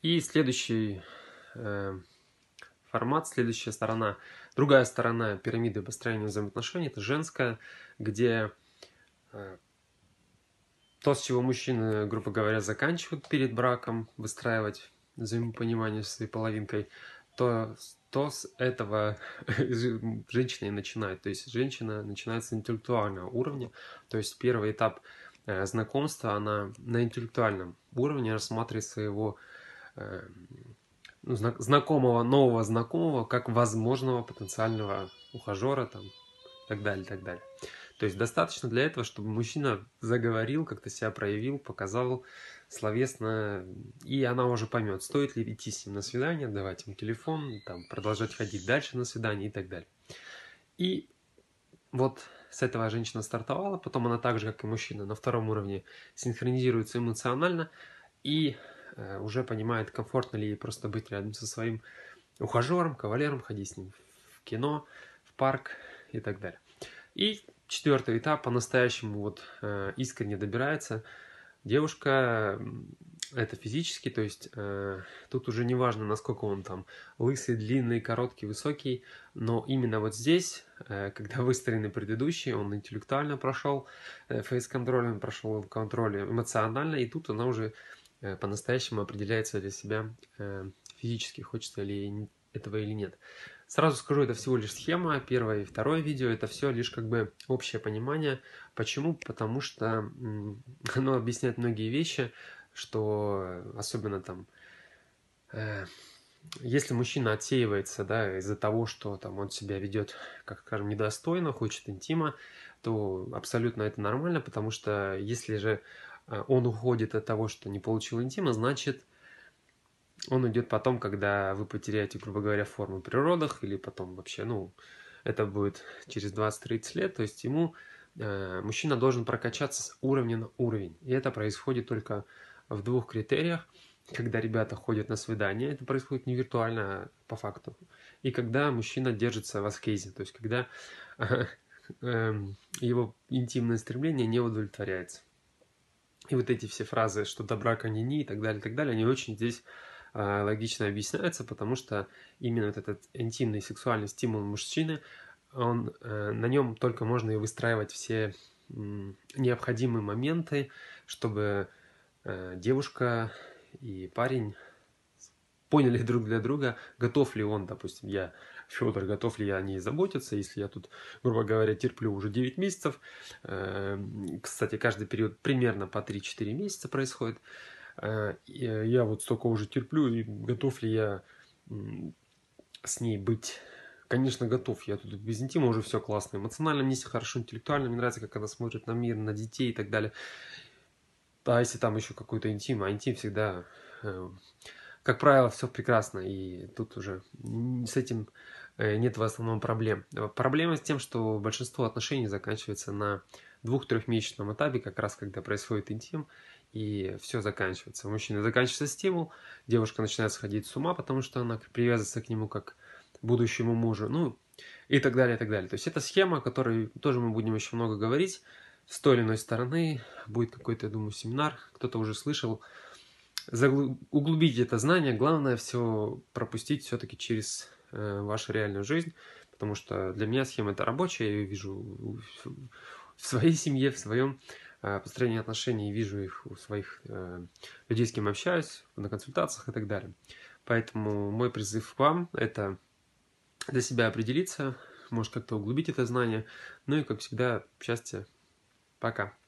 И следующий формат, следующая сторона, другая сторона пирамиды построения взаимоотношений, это женская, где то, с чего мужчины, грубо говоря, заканчивают перед браком, выстраивать взаимопонимание со своей половинкой, то с этого женщина и начинает. То есть женщина начинает с интеллектуального уровня. То есть первый этап знакомства, она на интеллектуальном уровне рассматривает своего знакомого, нового знакомого, как возможного потенциального ухажера, там, и так далее, и так далее. То есть достаточно для этого, чтобы мужчина заговорил, как-то себя проявил, показал словесно, и она уже поймет, стоит ли идти с ним на свидание, давать ему телефон, там, продолжать ходить дальше на свидание и так далее. И вот с этого женщина стартовала, потом она так же, как и мужчина, на втором уровне синхронизируется эмоционально и уже понимает, комфортно ли ей просто быть рядом со своим ухажером, кавалером, ходить с ним в кино, в парк и так далее. И четвертый этап по-настоящему вот искренне добирается. Девушка это физически, то есть тут уже не важно, насколько он там лысый, длинный, короткий, высокий, но именно вот здесь, когда выстроены предыдущие, он интеллектуально прошел фейс-контроль, он прошел контроль эмоционально, и тут она уже по-настоящему определяется для себя физически, хочется ли этого или нет. Сразу скажу, это всего лишь схема, первое и второе видео, это все лишь как бы общее понимание. Почему? Потому что оно объясняет многие вещи, что особенно там, если мужчина отсеивается, да, из-за того, что там он себя ведет, как скажем, недостойно, хочет интима, то абсолютно это нормально, потому что если же он уходит от того, что не получил интима, значит, он уйдет потом, когда вы потеряете, грубо говоря, форму при родах, или потом вообще, ну, это будет через 20-30 лет, то есть ему мужчина должен прокачаться с уровня на уровень. И это происходит только в двух критериях. Когда ребята ходят на свидание, это происходит не виртуально, а по факту. И когда мужчина держится в аскезе, то есть когда его интимное стремление не удовлетворяется. И вот эти все фразы, что до брака ни-ни и так далее, они очень здесь логично объясняются, потому что именно вот этот интимный сексуальный стимул мужчины, он, на нем только можно и выстраивать все необходимые моменты, чтобы девушка и парень поняли друг для друга, готов ли он, допустим, я, Федор, готов ли я о ней заботиться, если я тут, грубо говоря, терплю уже 9 месяцев. Кстати, каждый период примерно по 3-4 месяца происходит. Я вот столько уже терплю, и готов ли я с ней быть? Конечно, готов. Я тут без интима уже все классно. Эмоционально мне все хорошо, интеллектуально мне нравится, как она смотрит на мир, на детей и так далее. А если там еще какой-то интим, а интим всегда, как правило, все прекрасно, и тут уже с этим нет в основном проблем. Проблема с тем, что большинство отношений заканчивается на 2-3-месячном этапе, как раз когда происходит интим, и все заканчивается. У мужчины заканчивается стимул, девушка начинает сходить с ума, потому что она привязывается к нему как к будущему мужу, ну и так далее, и так далее. То есть это схема, о которой тоже мы будем еще много говорить. С той или иной стороны будет какой-то, я думаю, семинар, кто-то уже слышал. Углубить это знание, главное все пропустить все-таки через вашу реальную жизнь, потому что для меня схема это рабочая, я ее вижу в своей семье, в своем построении отношений, вижу их у своих людей, с кем общаюсь, на консультациях и так далее. Поэтому мой призыв к вам – это для себя определиться, может как-то углубить это знание, ну и, как всегда, счастья. Пока.